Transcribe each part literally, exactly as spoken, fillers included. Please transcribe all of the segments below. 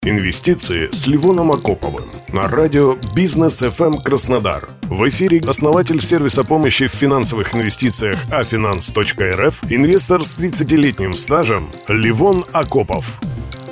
Инвестиции с Левоном Акоповым на радио Бизнес эф эм Краснодар. В эфире основатель сервиса помощи в финансовых инвестициях афинанс точка эр эф, инвестор с тридцатилетним стажем Левон Акопов.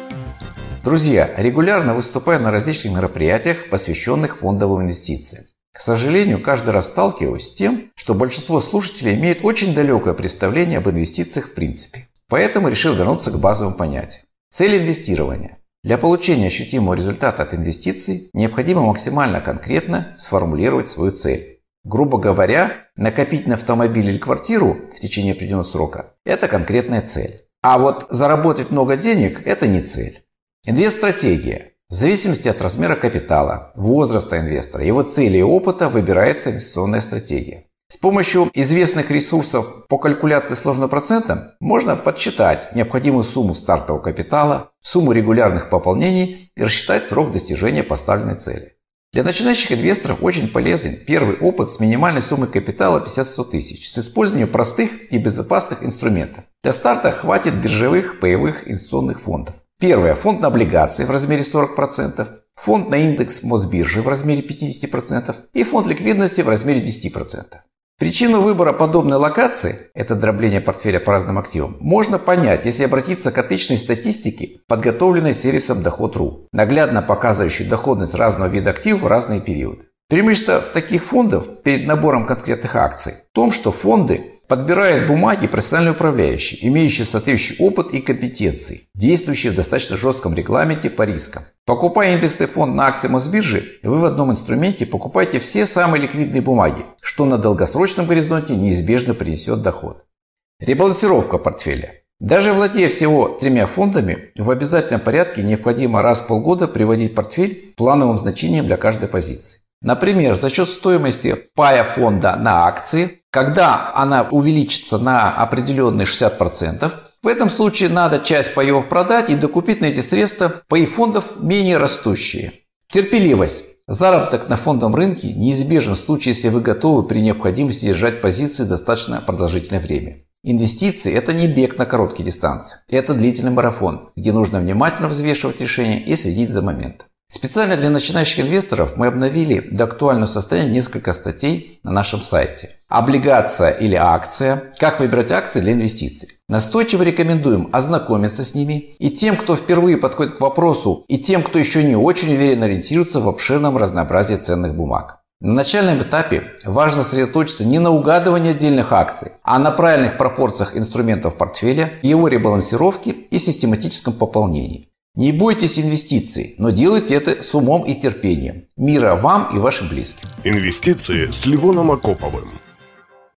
Друзья, регулярно выступаю на различных мероприятиях, посвященных фондовым инвестициям. К сожалению, каждый раз сталкиваюсь с тем, что большинство слушателей имеет очень далекое представление об инвестициях в принципе. Поэтому решил вернуться к базовым понятиям. Цель инвестирования. Для получения ощутимого результата от инвестиций необходимо максимально конкретно сформулировать свою цель. Грубо говоря, накопить на автомобиль или квартиру в течение определенного срока – это конкретная цель. А вот заработать много денег – это не цель. Инвест-стратегия. В зависимости от размера капитала, возраста инвестора, его цели и опыта выбирается инвестиционная стратегия. С помощью известных ресурсов по калькуляции сложным процентом можно подсчитать необходимую сумму стартового капитала, сумму регулярных пополнений и рассчитать срок достижения поставленной цели. Для начинающих инвесторов очень полезен первый опыт с минимальной суммой капитала пятьдесят-сто тысяч с использованием простых и безопасных инструментов. Для старта хватит биржевых паевых инвестиционных фондов. Первое – фонд на облигации в размере сорок процентов, фонд на индекс Мосбиржи в размере пятьдесят процентов и фонд ликвидности в размере десять процентов. Причину выбора подобной локации, это дробление портфеля по разным активам, можно понять, если обратиться к отличной статистике, подготовленной сервисом Доход точка ру, наглядно показывающей доходность разного вида активов в разные периоды. Преимущество таких фондов перед набором конкретных акций в том, что фонды подбирают бумаги профессиональные управляющие, имеющие соответствующий опыт и компетенции, действующие в достаточно жестком регламенте по рискам. Покупая индексный фонд на акции Мосбиржи, вы в одном инструменте покупаете все самые ликвидные бумаги, что на долгосрочном горизонте неизбежно принесет доход. Ребалансировка портфеля. Даже владея всего тремя фондами, в обязательном порядке необходимо раз в полгода приводить портфель плановым значением для каждой позиции. Например, за счет стоимости пая фонда на акции, когда она увеличится на определенные шестьдесят процентов, в этом случае надо часть паев продать и докупить на эти средства паи фондов менее растущие. Терпеливость. Заработок на фондовом рынке неизбежен в случае, если вы готовы при необходимости держать позиции достаточно продолжительное время. Инвестиции – это не бег на короткие дистанции. Это длительный марафон, где нужно внимательно взвешивать решения и следить за моментом. Специально для начинающих инвесторов мы обновили до актуального состояния несколько статей на нашем сайте. Облигация или акция. Как выбирать акции для инвестиций. Настойчиво рекомендуем ознакомиться с ними и тем, кто впервые подходит к вопросу, и тем, кто еще не очень уверенно ориентируется в обширном разнообразии ценных бумаг. На начальном этапе важно сосредоточиться не на угадывании отдельных акций, а на правильных пропорциях инструментов портфеля, его ребалансировке и систематическом пополнении. Не бойтесь инвестиций, но делайте это с умом и терпением. Мира вам и вашим близким. Инвестиции с Левоном Акоповым.